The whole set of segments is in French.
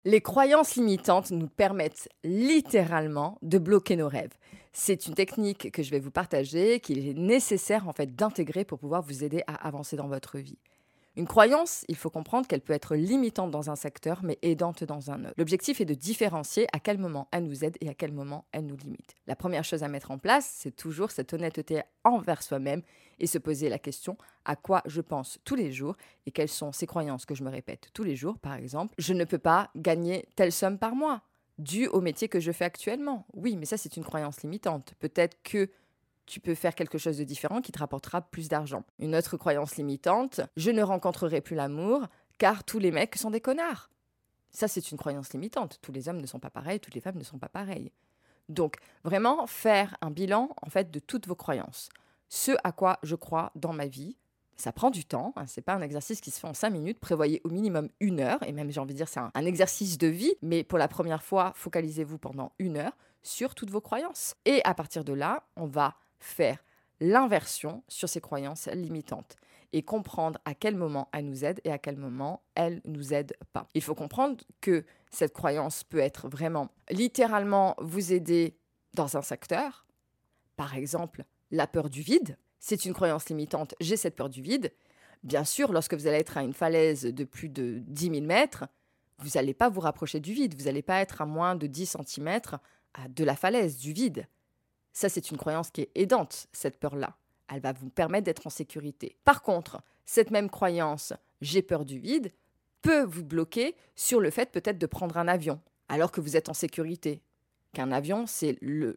Les croyances limitantes nous permettent littéralement de bloquer nos rêves. C'est une technique que je vais vous partager, qu'il est nécessaire en fait d'intégrer pour pouvoir vous aider à avancer dans votre vie. Une croyance, il faut comprendre qu'elle peut être limitante dans un secteur, mais aidante dans un autre. L'objectif est de différencier à quel moment elle nous aide et à quel moment elle nous limite. La première chose à mettre en place, c'est toujours cette honnêteté envers soi-même et se poser la question à quoi je pense tous les jours et quelles sont ces croyances que je me répète tous les jours. Par exemple, je ne peux pas gagner telle somme par mois dû au métier que je fais actuellement. Oui, mais ça, c'est une croyance limitante. Peut-être que tu peux faire quelque chose de différent qui te rapportera plus d'argent. Une autre croyance limitante, je ne rencontrerai plus l'amour car tous les mecs sont des connards. Ça, c'est une croyance limitante. Tous les hommes ne sont pas pareils, toutes les femmes ne sont pas pareilles. Donc, vraiment faire un bilan en fait de toutes vos croyances. Ce à quoi je crois dans ma vie, ça prend du temps, hein, c'est pas un exercice qui se fait en 5 minutes, prévoyez au minimum 1 heure, et même j'ai envie de dire c'est un exercice de vie, mais pour la première fois, focalisez-vous pendant 1 heure sur toutes vos croyances. Et à partir de là, on va faire l'inversion sur ces croyances limitantes et comprendre à quel moment elles nous aident et à quel moment elles ne nous aident pas. Il faut comprendre que cette croyance peut être vraiment littéralement vous aider dans un secteur, par exemple la peur du vide. C'est une croyance limitante, j'ai cette peur du vide. Bien sûr, lorsque vous allez être à une falaise de plus de 10 000 mètres, vous n'allez pas vous rapprocher du vide, vous n'allez pas être à moins de 10 centimètres de la falaise, du vide. Ça, c'est une croyance qui est aidante, cette peur-là. Elle va vous permettre d'être en sécurité. Par contre, cette même croyance, j'ai peur du vide, peut vous bloquer sur le fait peut-être de prendre un avion, alors que vous êtes en sécurité. Qu'un avion, c'est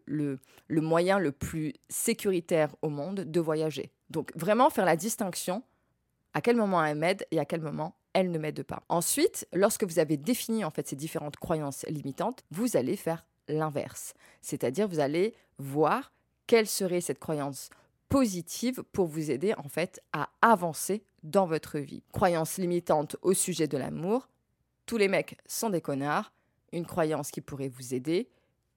le moyen le plus sécuritaire au monde de voyager. Donc vraiment faire la distinction à quel moment elle m'aide et à quel moment elle ne m'aide pas. Ensuite, lorsque vous avez défini en fait ces différentes croyances limitantes, vous allez faire l'inverse. C'est-à-dire vous allez voir quelle serait cette croyance positive pour vous aider en fait à avancer dans votre vie. Croyance limitante au sujet de l'amour, tous les mecs sont des connards, une croyance qui pourrait vous aider.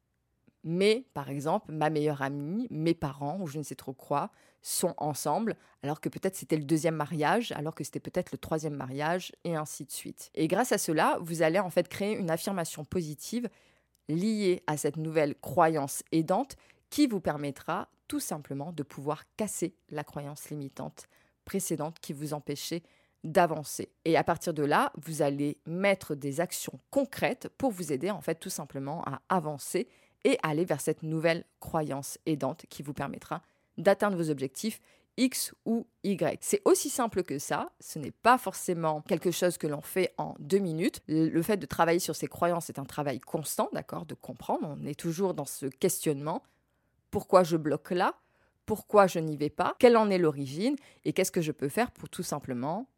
Mais, par exemple, ma meilleure amie, mes parents, ou je ne sais trop quoi, sont ensemble, alors que peut-être c'était le deuxième mariage, alors que c'était peut-être le troisième mariage, et ainsi de suite. Et grâce à cela, vous allez en fait créer une affirmation positive liée à cette nouvelle croyance aidante qui vous permettra tout simplement de pouvoir casser la croyance limitante précédente qui vous empêchait d'avancer. Et à partir de là, vous allez mettre des actions concrètes pour vous aider en fait tout simplement à avancer et aller vers cette nouvelle croyance aidante qui vous permettra d'atteindre vos objectifs X ou Y. C'est aussi simple que ça, ce n'est pas forcément quelque chose que l'on fait en 2 minutes. Le fait de travailler sur ces croyances est un travail constant, d'accord, de comprendre. On est toujours dans ce questionnement. Pourquoi je bloque là? Pourquoi je n'y vais pas? Quelle en est l'origine? Et qu'est-ce que je peux faire pour tout simplement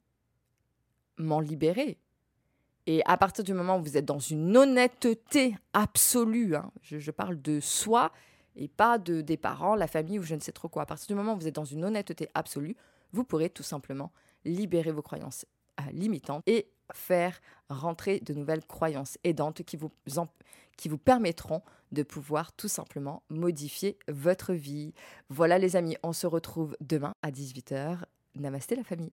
m'en libérer? Et à partir du moment où vous êtes dans une honnêteté absolue, hein, je parle de soi et pas des parents, la famille ou je ne sais trop quoi. À partir du moment où vous êtes dans une honnêteté absolue, vous pourrez tout simplement libérer vos croyances limitantes et faire rentrer de nouvelles croyances aidantes qui vous permettront de pouvoir tout simplement modifier votre vie. Voilà les amis, on se retrouve demain à 18 h. Namasté la famille.